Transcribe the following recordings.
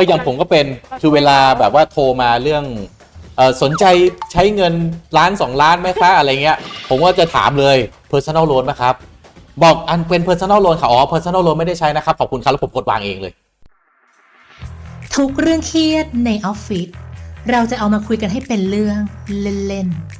อย่างผมก็เป็นคือเวลาแบบว่าโทรมาเรื่องสนใจใช้เงินล้าน2ล้านไหมคะอะไรเงี้ยผมก็จะถามเลย personal loan ไหมครับบอกอันเป็น personal loan ค่ะอ๋อ personal loan ไม่ได้ใช้นะครับขอบคุณครับแล้วผมกดวางเองเลยทุกเรื่องเครียดในออฟฟิศเราจะเอามาคุยกันให้เป็นเรื่องเล่นๆ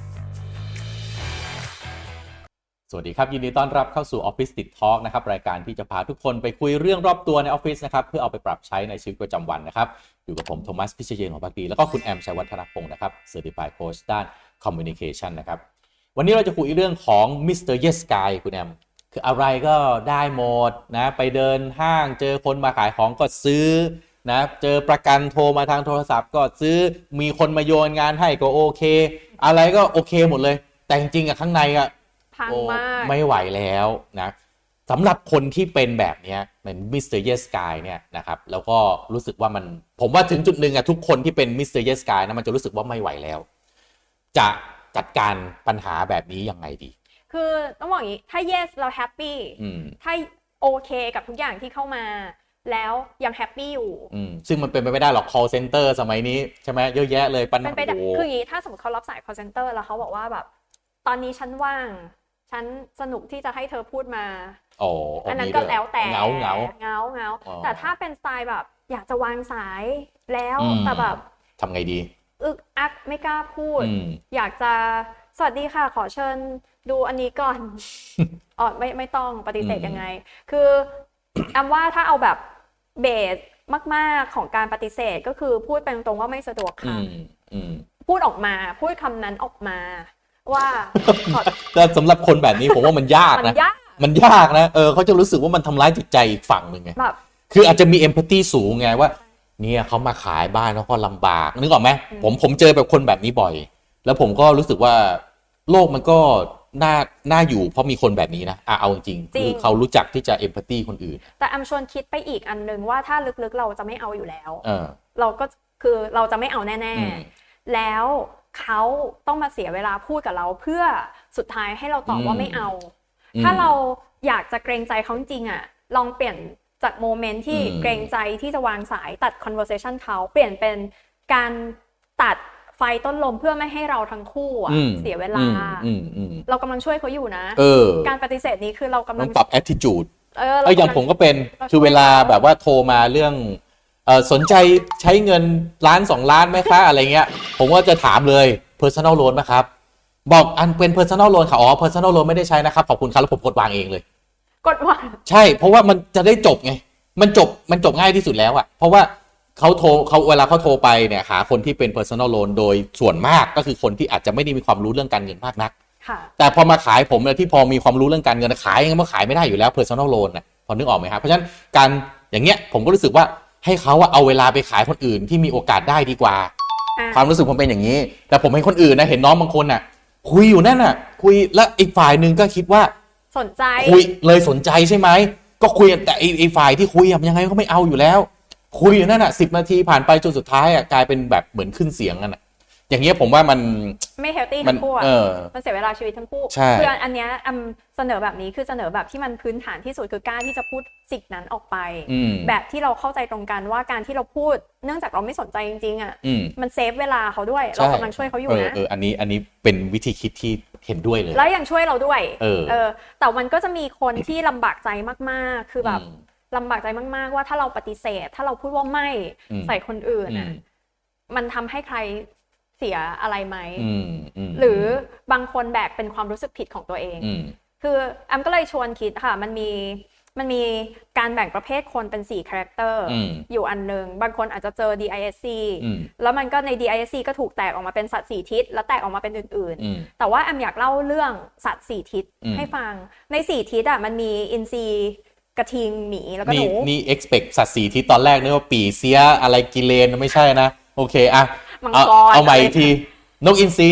สวัสดีครับยินดีต้อนรับเข้าสู่ Office Tips Talk นะครับรายการที่จะพาทุกคนไปคุยเรื่องรอบตัวในออฟฟิศนะครับเพื่อเอาไปปรับใช้ในชีวิตประจำวันนะครับอยู่กับผมโทมัสพิเชษฐ์ของภักดีแล้วก็คุณแอมชัยวัฒนพงศ์นะครับ Certified Coach ด้าน Communication นะครับวันนี้เราจะคุยเรื่องของ Mr. Yes Guy คุณแอมคืออะไรก็ได้หมดนะไปเดินห้างเจอคนมาขายของก็ซื้อนะเจอประกันโทรมาทางโทรศัพท์ก็ซื้อมีคนมาโยนงานให้ก็โอเคอะไรก็โอเคหมดเลยแต่จริงๆข้างในไม่ไหวแล้วนะสำหรับคนที่เป็นแบบนี้เป็น Mr. Yes Guy เนี่ยนะครับแล้วก็รู้สึกว่าผมว่าถึงจุดหนึ่งทุกคนที่เป็น Mr. Yes Guy นะมันจะรู้สึกว่าไม่ไหวแล้วจะจัดการปัญหาแบบนี้ยังไงดีคือต้องบอกอย่างนี้ถ้า yes เราแฮปปี้ถ้าโอเคกับทุกอย่างที่เข้ามาแล้วยังแฮปปี้อยู่ซึ่งมันเป็นไปไม่ได้หรอก call center สมัยนี้ใช่ไหมเยอะแยะเลยปัญหาคืออย่างนี้ถ้าสมมติเขารับสาย call center แล้วเขาบอกว่าแบบตอนนี้ฉันว่างฉันสนุกที่จะให้เธอพูดมาอันนั้นก็แล้วแต่เงาแต่ถ้าเป็นสไตล์แบบอยากจะวางสายแล้วแต่แบบทำไงดีอึกอักไม่กล้าพูดอยากจะสวัสดีค่ะขอเชิญดูอันนี้ก่อนไม่ต้องปฏิเสธยังไงคือแอมว่าถ้าเอาแบบเบสมากๆของการปฏิเสธก็คือพูดไปตรงๆว่าไม่สะดวกค่ะพูดออกมาพูดคำนั้นออกมาว่าแต่สำหรับคนแบบนี้ผมว่ามันยากนะมันยากนะเขาจะรู้สึกว่ามันทำร้ายจิตใจอีกฝั่งหนึ่งไงคืออาจจะมีเอมพัตตีสูงไงว่าเนี่ยเขามาขายบ้านแล้วก็ลำบากนึกออกไหมผมเจอแบบคนแบบนี้บ่อยแล้วผมก็รู้สึกว่าโลกมันก็น่าอยู่เพราะมีคนแบบนี้นะเอาจริงคือเขารู้จักที่จะเอมพัตตีคนอื่นแต่แอมชวนคิดไปอีกอันนึงว่าถ้าลึกๆเราจะไม่เอาอยู่แล้วเราก็คือเราจะไม่เอาแน่ๆแล้วเขาต้องมาเสียเวลาพูดกับเราเพื่อสุดท้ายให้เราตอบว่าไม่เอาถ้าเราอยากจะเกรงใจเขาจริงลองเปลี่ยนจากโมเมนต์ที่เกรงใจที่จะวางสายตัด conversation เขาเปลี่ยนเป็นการตัดไฟต้นลมเพื่อไม่ให้เราทั้งคู่เสียเวลาเรากำลังช่วยเขาอยู่นะการปฏิเสธนี้คือเรากำลังปรับ attitude อย่างผมก็เป็นคือเวลาแบบว่าโทรมาเรื่องสนใจใช้เงินล้าน2ล้านไหมคะอะไรเงี้ยผมก็จะถามเลย personal loan ไหมครับบอกอันเป็น personal loan ค่ะอ๋อ personal loan ไม่ได้ใช้นะครับขอบคุณครับแล้วผมกดวางเองเลยกดวางใช่เพราะว่ามันจะได้จบไงมันจบง่ายที่สุดแล้วเพราะว่าเวลาเขาโทรไปเนี่ยหาคนที่เป็น personal loan โดยส่วนมากก็คือคนที่อาจจะไม่ได้มีความรู้เรื่องการเงินมากนักแต่พอมาขายผมเนี่ยที่พอมีความรู้เรื่องการเงินขายยังไงมันขายไม่ได้อยู่แล้ว personal loan พอนึกออกไหมครับเพราะฉะนั้นการอย่างเงี้ยผมก็รู้สึกว่าให้เขาเอาเวลาไปขายคนอื่นที่มีโอกาสได้ดีกว่าความรู้สึกผมเป็นอย่างนี้แต่ผมเห็นคนอื่นนะเห็นน้องบางคนคุยอยู่นั่นคุยแล้วอีกฝ่ายนึงก็คิดว่าสนใจคุยเลยสนใจใช่ไหมก็คุยแต่ไอ้ฝ่ายที่คุยยังไงก็ไม่เอาอยู่แล้วคุยอยู่นั่น10 นาทีผ่านไปจนสุดท้ายกลายเป็นแบบเหมือนขึ้นเสียงกันอย่างเงี้ยผมว่ามันไม่เฮลตี้ทั้งคู่มันเสียเวลาชีวิตทั้งคู่คืออันเนี้ยเสนอแบบนี้คือเสนอแบบที่มันพื้นฐานที่สุดคือกล้าที่จะพูดสิ่งนั้นออกไปแบบที่เราเข้าใจตรงกันว่าการที่เราพูดเนื่องจากเราไม่สนใจจริงๆมันเซฟเวลาเขาด้วยเรากำลังช่วยเขาอยู่นะอันนี้เป็นวิธีคิดที่เห็นด้วยเลยแล้วยังช่วยเราด้วยแต่มันก็จะมีคนที่ลำบากใจมากๆคือแบบลำบากใจมากๆว่าถ้าเราปฏิเสธถ้าเราพูดว่าไม่ใส่คนอื่นมันทำให้ใครเสียอะไรไหมหรือบางคนแบกเป็นความรู้สึกผิดของตัวเองคือแอมก็เลยชวนคิดค่ะมันมีการแบ่งประเภทคนเป็น4คาแรคเตอร์อยู่อันนึงบางคนอาจจะเจอ DISC แล้วมันก็ใน DISC ก็ถูกแตกออกมาเป็นสัตว์4ทิศแล้วแตกออกมาเป็นอื่นๆแต่ว่าแอมอยากเล่าเรื่องสัตว์4ทิศให้ฟังใน4ทิศมันมีอินทรีกระทิงหมีแล้วก็หนูนี่ expect สัตว์4ทิศตอนแรกนึกว่าปีเสียอะไรกิเลนไม่ใช่นะโอเคเอาใหม่ทีนกอินทรี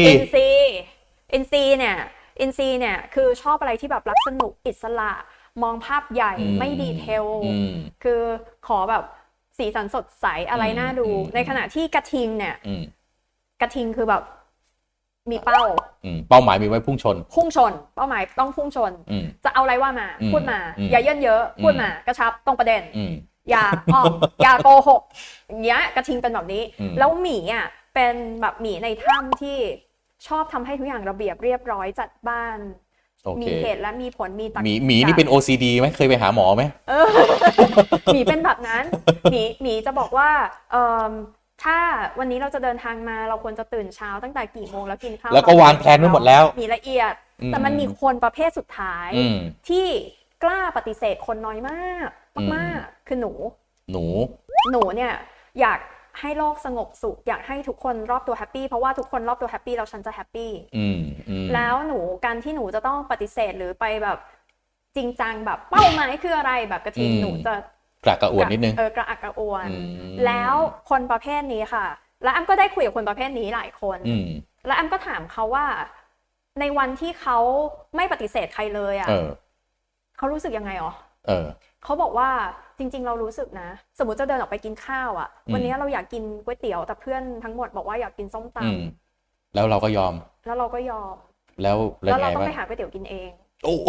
เนี่ยคือชอบอะไรที่แบบรักสนุกอิสระมองภาพใหญ่ไม่ดีเทลคือขอแบบสีสันสดใสอะไรน่าดูในขณะที่กระทิงเนี่ยกระทิงคือแบบมีเป้าหมายมีไว้พุ่งชนเป้าหมายต้องพุ่งชนจะเอาอะไรว่ามาพูดมาอย่าเยินเยอะพูดมากระชับตรงประเด็นอย่าโกหกอย่างเงี้ยกระทิงเป็นแบบนี้แล้วหมีอ่ะเป็นแบบหมีในถ้ำที่ชอบทำให้ทุกอย่างระเบียบเรียบร้อยจัดบ้านมีเหตุและมีผลมีตรรกะหมีนี่เป็น OCD ไหมเคยไปหาหมอไหมหมีเป็นแบบนั้นหมีจะบอกว่าถ้าวันนี้เราจะเดินทางมาเราควรจะตื่นเช้าตั้งแต่กี่โมงแล้วกินข้าวแล้วก็วางแผนไว้หมดแล้วมีละเอียดแต่มันมีคนประเภทสุดท้ายที่กล้าปฏิเสธคนน้อยมากมากคือหนูเนี่ยอยากให้โลกสงบสุขอยากให้ทุกคนรอบตัวแฮปปี้เพราะว่าทุกคนรอบตัวแฮปปี้แล้วฉันจะแฮปปี้แล้วการที่หนูจะต้องปฏิเสธหรือไปแบบจริงจังแบบเป้าหมายคืออะไรแบบกระทิงหนูจะกระอ่วนนิดนึงกระอักกระอ่วนแล้วคนประเภทนี้ค่ะแล้วอ้ำก็ได้คุยกับคนประเภทนี้หลายคนแล้วอ้ำก็ถามเขาว่าในวันที่เขาไม่ปฏิเสธใครเลยอ่ะเขารู้สึกยังไงเขาบอกว่าจริงๆเรารู้สึกนะสมมติจะเดินออกไปกินข้าวอ่ะวันนี้เราอยากกินก๋วยเตี๋ยวแต่เพื่อนทั้งหมดบอกว่าอยากกินส้มตำแล้วเราก็ยอมแล้วเราเราต้องไปหาก๋วยเตี๋ยวกินเองโอ้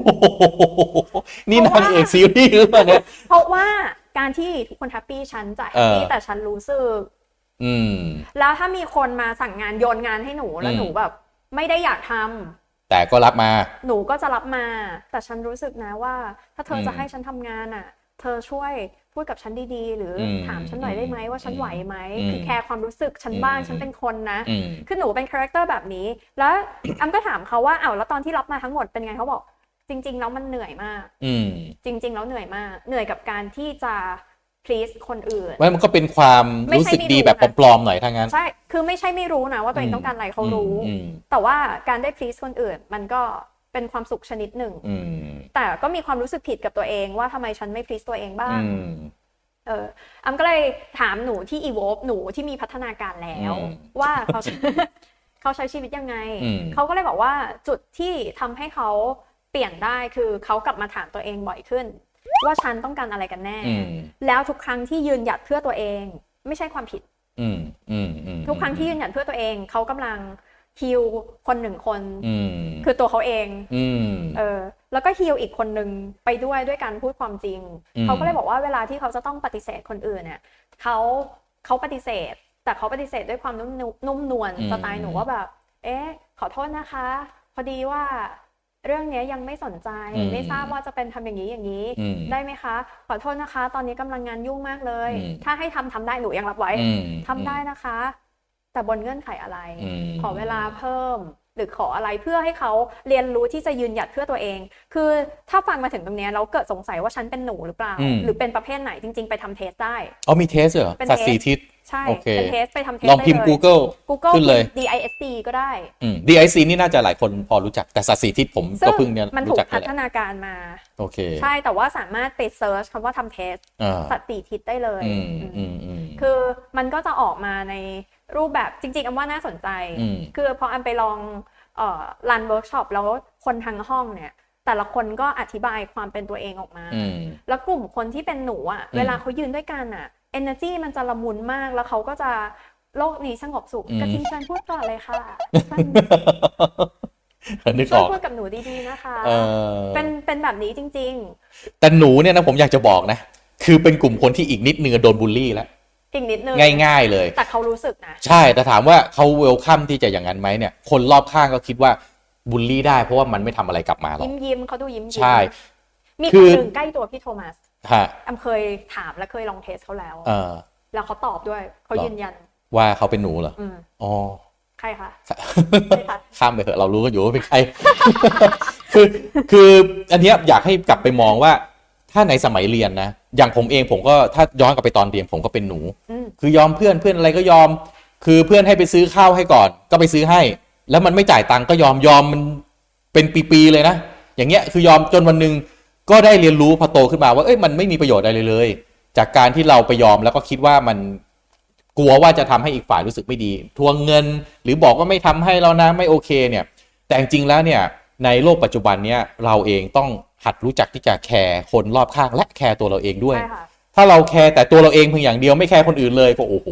นี่นางเอกซีรีส์หรือเปล่าเนี่ยเพราะว่าการที่ทุกคนแฮปปี้ฉันจะแฮปปี้แต่ฉันรู้สึกแล้วถ้ามีคนมาสั่งงานโยนงานให้หนูแล้วหนูแบบไม่ได้อยากทำแต่ก็รับมาหนูก็จะรับมาแต่ฉันรู้สึกนะว่าถ้าเธอจะให้ฉันทำงานอ่ะเธอช่วยพูดกับฉันดีๆหรือถามฉันหน่อยได้ไหมว่าฉันไหวไหมคือแคร์ความรู้สึกฉันบ้างฉันเป็นคนนะคือหนูเป็นคาแรคเตอร์แบบนี้แล้วอ้ำก็ถามเขาว่าแล้วตอนที่รับมาทั้งหมดเป็นไงเขาบอกจริงๆแล้วมันเหนื่อยมากจริงๆแล้วเหนื่อยมากเหนื่อยกับการที่จะ please คนอื่นมันก็เป็นความรู้สึกดีแบบปลอมๆหน่อยทั้งนั้นใช่คือไม่ใช่ไม่รู้นะว่าตัวเองต้องการอะไรเขารู้แต่ว่าการได้ please คนอื่นมันก็เป็นความสุขชนิดหนึ่งแต่ก็มีความรู้สึกผิดกับตัวเองว่าทำไมฉันไม่ please ตัวเองบ้างอ้ำก็เลยถามหนูที่ evolve หนูที่มีพัฒนาการแล้วว่าเขาใช้ชีวิตยังไงเขาก็เลยบอกว่าจุดที่ทำให้เขาเปลี่ยนได้คือเขากลับมาถามตัวเองบ่อยขึ้นว่าฉันต้องการอะไรกันแน่แล้วทุกครั้งที่ยืนหยัดเพื่อตัวเองไม่ใช่ความผิดทุกครั้งที่ยืนหยัดเพื่อตัวเองเขากำลังฮีลคนหนึ่งคนคือตัวเขาเองแล้วก็ฮีลอีกคนหนึ่งไปด้วยการพูดความจริงเขาก็เลยบอกว่าเวลาที่เขาจะต้องปฏิเสธคนอื่นเนี่ยเขาปฏิเสธแต่เขาปฏิเสธด้วยความนุ่มนวลสไตล์หนูว่าแบบขอโทษนะคะพอดีว่าเรื่องนี้ยังไม่สนใจไม่ทราบว่าจะเป็นทำอย่างนี้ได้ไหมคะขอโทษนะคะตอนนี้กำลังงานยุ่งมากเลยถ้าให้ทำได้หนูยังรับไว้ทำได้นะคะแต่บนเงื่อนไขอะไรขอเวลาเพิ่มหรือขออะไรเพื่อให้เขาเรียนรู้ที่จะยืนหยัดเพื่อตัวเองคือถ้าฟังมาถึงตรงนี้เราเกิดสงสัยว่าฉันเป็นหนูหรือเปล่าหรือเป็นประเภทไหนจริงๆไปทำเทสได้มีเทสเหรอสัตว์สีทิศใช่เป็นเทสไปทำเทสลองพิมพ์ Google ขึ้นเลย DISC ก็ได้ DISC นี่น่าจะหลายคนพอรู้จักแต่สัตว์สีทิศผมก็เพิ่งเนี่ยมันถูกพัฒนาการมาโอเคใช่แต่ว่าสามารถไปเซิร์ชคำว่าทำเทสสัตว์สีทิศได้เลยคือมันก็จะออกมาในรูปแบบจริงๆอันว่าน่าสนใจคือพออันไปลองรันเวิร์กช็อปแล้วคนทั้งห้องเนี่ยแต่ละคนก็อธิบายความเป็นตัวเองออกมาแล้วกลุ่มคนที่เป็นหนูอ่ะเวลาเขายืนด้วยกันอ่ะ energy มันจะละมุนมากแล้วเขาก็จะโลกนี้สงบสุขกระทิงเชิญพูดก่อนเลยค่ะช่วยพูดกับหนูดีๆนะคะเป็นแบบนี้จริงๆแต่หนูเนี่ยนะผมอยากจะบอกนะคือเป็นกลุ่มคนที่อีกนิดนึงโดนบูลลี่แล้วอีกนิดนึงง่ายๆเลยแต่เขารู้สึกนะใช่แต่ถามว่าเขาเวลคัมที่จะอย่างนั้นไหมเนี่ยคนรอบข้างก็คิดว่าบูลลี่ได้เพราะว่ามันไม่ทำอะไรกลับมาหรอกยิ้มเขาดูยิ้มใช่มีคนหนึ่งใกล้ตัวพี่โทมัสอำเคยถามและเคยลองเทสเขาแล้วแล้วเขาตอบด้วยเขายืนยันว่าเขาเป็นหนูเหรออ๋อใครคะข้ามไปเถอะเรารู้กันอยู่ว่าเป็นใคร คืออันนี้อยากให้กลับไปมองว่าถ้าในสมัยเรียนนะอย่างผมเองผมก็ถ้าย้อนกลับไปตอนเรียนผมก็เป็นหนูคือยอมเพื่อนอะไรก็ยอมคือเพื่อนให้ไปซื้อข้าวให้ก่อนก็ไปซื้อให้แล้วมันไม่จ่ายตังค์ก็ยอมมันเป็นปีๆเลยนะอย่างเงี้ยคือยอมจนวันนึงก็ได้เรียนรู้พอโตขึ้นมาว่ามันไม่มีประโยชน์อะไรเลยจากการที่เราไปยอมแล้วก็คิดว่ามันกลัวว่าจะทำให้อีกฝ่ายรู้สึกไม่ดีทวงเงินหรือบอกว่าไม่ทำให้เรานะไม่โอเคเนี่ยแต่จริงๆแล้วเนี่ยในโลกปัจจุบันเนี้ยเราเองต้องหัดรู้จักที่จะแคร์คนรอบข้างและแคร์ตัวเราเองด้วยถ้าเราแคร์แต่ตัวเราเองเพียงอย่างเดียวไม่แคร์คนอื่นเลยก็โอ้โห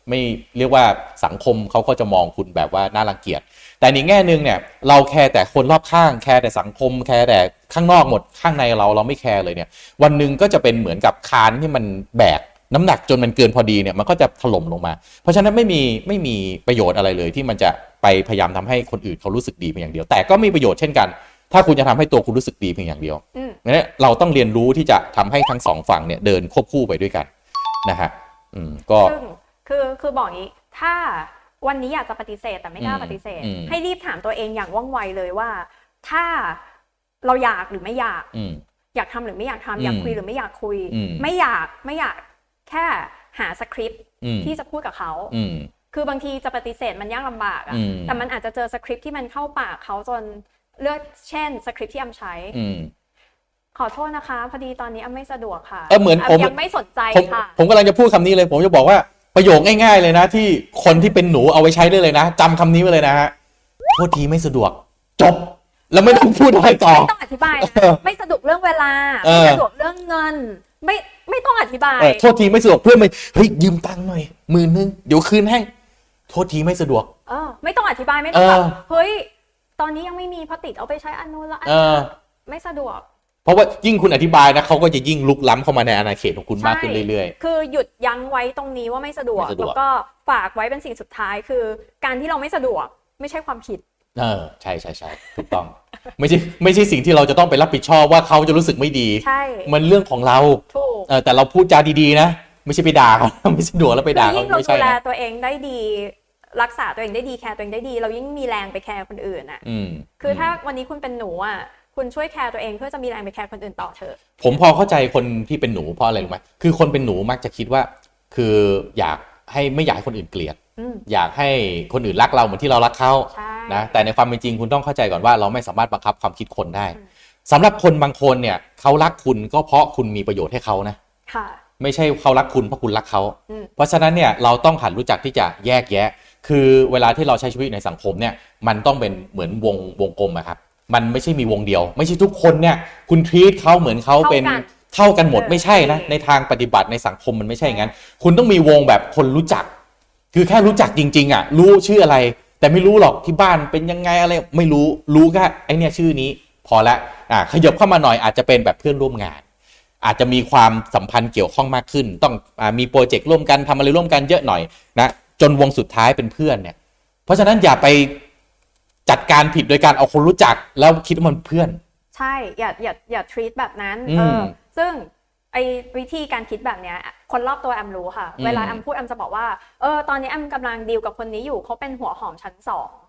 ไม่เรียกว่าสังคมเขาก็จะมองคุณแบบว่าน่ารังเกียจแต่ในแง่นึงเนี่ยเราแคร์แต่คนรอบข้างแคร์แต่สังคมแคร์แต่ข้างนอกหมดข้างในเราไม่แคร์เลยเนี่ยวันนึงก็จะเป็นเหมือนกับคานที่มันแบกน้ำหนักจนมันเกินพอดีเนี่ยมันก็จะถล่มลงมาเพราะฉะนั้นไม่มีประโยชน์อะไรเลยที่มันจะไปพยายามทำให้คนอื่นเขารู้สึกดีเพียงอย่างเดียวแต่ก็มีประโยชน์เช่นกันถ้าคุณจะทำให้ตัวคุณรู้สึกดีเพียงอย่างเดียวเนี่ยเราต้องเรียนรู้ที่จะทำให้ทั้งสองฝั่งเนี่ยเดินควบคู่ไปด้วยกันนะฮะก็คือบอกงี้ถ้าวันนี้อยากจะปฏิเสธแต่ไม่กล้าปฏิเสธให้รีบถามตัวเองอย่างว่องไวเลยว่าถ้าเราอยากหรือไม่อยากทำหรือไม่อยากทำอยากคุยหรือไม่อยากคุยไม่อยากแค่หาสคริปต์ที่จะพูดกับเขาคือบางทีจะปฏิเสธมันยากลำบากอะแต่มันอาจจะเจอสคริปต์ที่มันเข้าปากเขาจนเลือกเช่นสคริปต์ที่ใช้ขอโทษนะคะพอดีตอนนี้ไม่สะดวกค่ะเหมือนผมยังไม่สนใจค่ะผมกำลังจะพูดคำนี้เลยผมจะบอกว่าประโยคง่ายๆเลยนะที่คนที่เป็นหนูเอาไว้ใช้ได้เลยนะจำคำนี้ไว้เลยนะฮะโทษทีไม่สะดวกจบแล้วไม่ต้องพูดอะไรต่อไม่ต้องอธิบายไม่สะดวกเรื่องเวลาไม่สะดวกเรื่องเงินไม่ต้องอธิบายโทษทีไม่สะดวกเพื่อนไม่เฮ้ยยืมตังค์หน่อย10,000เดี๋ยวคืนให้โทษทีไม่สะดวกไม่ต้องอธิบายไม่ต้องแบบเฮ้ยตอนนี้ยังไม่มีพอติดเอาไปใช้อันนู้นแล้วไม่สะดวกเพราะว่ายิ่งคุณอธิบายนะเขาก็จะยิ่งลุกล้ำเข้ามาในอาณาเขตของคุณมากขึ้นเรื่อยๆคือหยุดยั้งไว้ตรงนี้ว่าไม่สะดวกแล้วก็ฝากไว้เป็นสิ่งสุดท้ายคือการที่เราไม่สะดวกไม่ใช่ความผิดใช่ถูกต้องไม่ใช่สิ่งที่เราจะต้องไปรับผิดชอบว่าเขาจะรู้สึกไม่ดีใช่มันเรื่องของเราแต่เราพูดจาดีๆนะไม่ใช่ไปด่าเขาไม่สะดวกแล้วไปด่าเขาไม่ใช่เราดูแลตัวเองได้ดีรักษาตัวเองได้ดีแคร์ตัวเองได้ดีเรายิ่งมีแรงไปแคร์คนอื่นอ่ะคือถ้าวันนี้คุณเป็นหนูอ่ะคุณช่วยแคร์ตัวเองเพื่อจะมีแรงไปแคร์คนอื่นต่อเถอะผมพอเข้าใจคนที่เป็นหนูเพราะอะไรรู้ไหมคือคนเป็นหนูมักจะคิดว่าคือไม่อยากให้คนอื่นเกลียดอยากให้คนอื่นรักเราเหมือนที่เรารักเขานะแต่ในความเป็นจริงคุณต้องเข้าใจก่อนว่าเราไม่สามารถบังคับความคิดคนได้สำหรับคนบางคนเนี่ยเขารักคุณก็เพราะคุณมีประโยชน์ให้เขานะไม่ใช่เขารักคุณเพราะคุณรักเขาเพราะฉะนั้นเนี่ยเราต้องหัดรู้จักที่จะแยกแยะคือเวลาที่เราใช้ชีวิตในสังคมเนี่ยมันต้องเป็นเหมือนวงกลมอะครับมันไม่ใช่มีวงเดียวไม่ใช่ทุกคนเนี่ยคุณทรีตเขาเหมือนเขาเป็นเท่ากันหมดไม่ใช่นะในทางปฏิบัติในสังคมมันไม่ใช่อย่างนั้นคุณต้องมีวงแบบคนรู้จักคือแค่รู้จักจริงๆอ่ะรู้ชื่ออะไรแต่ไม่รู้หรอกที่บ้านเป็นยังไงอะไรไม่รู้แค่ไอเนี่ยชื่อนี้พอละขยับเข้ามาหน่อยอาจจะเป็นแบบเพื่อนร่วมงานอาจจะมีความสัมพันธ์เกี่ยวข้องมากขึ้นต้องมีโปรเจกต์ร่วมกันทำอะไรร่วมกันเยอะหน่อยนะจนวงสุดท้ายเป็นเพื่อนเนี่ยเพราะฉะนั้นอย่าไปจัดการผิดโดยการเอาคนรู้จักแล้วคิดว่ามันเพื่อนใช่อย่า treat แบบนั้นซึ่งไอ้วิธีการคิดแบบเนี้ยคนรอบตัวแอมรู้ค่ะเวลาแอมพูดแอมจะบอกว่าตอนนี้แอมกำลังดีลกับคนนี้อยู่เขาเป็นหัวหอมชั้น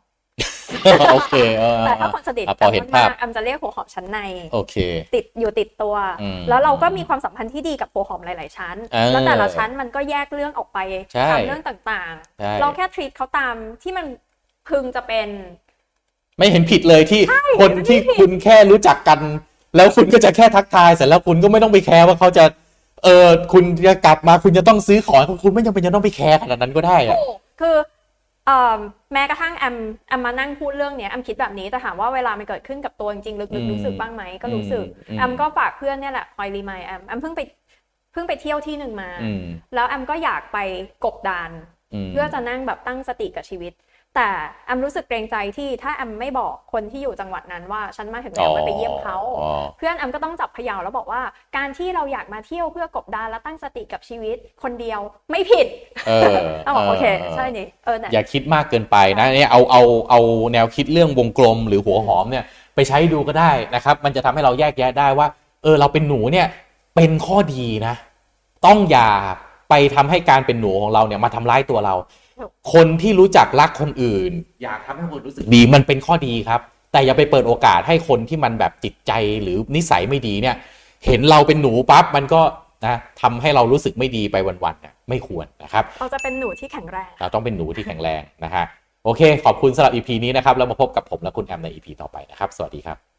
2 โอเคแต่ถ้าคนสนิทพอเห็นภาพแอมจะเรียกหัวหอมชั้นในโอเคติดตัวแล้วเราก็มีความสัมพันธ์ที่ดีกับหัวหอมหลายๆชั้นแล้วแต่ละชั้นมันก็แยกเรื่องออกไปตามเรื่องต่างๆเราแค่ treat เขาตามที่มันพึงจะเป็นไม่เห็นผิดเลยที่คนที่คุณแค่รู้จักกันแล้วคุณก็จะแค่ทักทายเสร็จแล้วคุณก็ไม่ต้องไปแคร์ว่าเขาจะคุณจะกลับมาคุณจะต้องซื้อของคุณไม่จำเป็นจะต้องไปแคร์ขนาดนั้นก็ได้อะคือแม้กระทั่งแอมมานั่งพูดเรื่องนี้แอมคิดแบบนี้แต่ถามว่าเวลามันเกิดขึ้นกับตัวจริงๆลึกๆรู้สึกบ้างไหมก็รู้สึกแอมก็ฝากเพื่อนเนี่ยแหละคอยรีมายแอมเพิ่งไปเที่ยวที่หนึ่งมาแล้วแอมก็อยากไปกบดานเพื่อจะนั่งแบบตั้งสติกับชีวิตแต่แอมรู้สึกเกรงใจที่ถ้าแอมไม่บอกคนที่อยู่จังหวัดนั้นว่าฉันมาถึงแล้วไปเยี่ยมเขาเพื่อนแอมก็ต้องจับเขย่าแล้วบอกว่าการที่เราอยากมาเที่ยวเพื่อกบดานและตั้งสติกับชีวิตคนเดียวไม่ผิดต้องบอกโอเคใช่นี่อย่าคิดมากเกินไปนะเนี่ยเอาแนวคิดเรื่องวงกลมหรือหัวหอมเนี่ยไปใช้ดูก็ได้นะครับมันจะทำให้เราแยกแยะได้ว่าเราเป็นหนูเนี่ยเป็นข้อดีนะต้องอย่าไปทำให้การเป็นหนูของเราเนี่ยมาทำร้ายตัวเราคนที่รู้จักรักคนอื่นอยากทำให้คนรู้สึกดีมันเป็นข้อดีครับแต่อย่าไปเปิดโอกาสให้คนที่มันแบบจิตใจหรือนิสัยไม่ดีเนี่ยเห็นเราเป็นหนูปั๊บมันก็นะทำให้เรารู้สึกไม่ดีไปวันๆเนี่ยไม่ควรนะครับเราจะเป็นหนูที่แข็งแรงเราต้องเป็นหนูที่แข็งแรงนะฮะโอเคขอบคุณสำหรับ EP นี้นะครับแล้วมาพบกับผมและคุณแอมใน EP ต่อไปนะครับสวัสดีครับ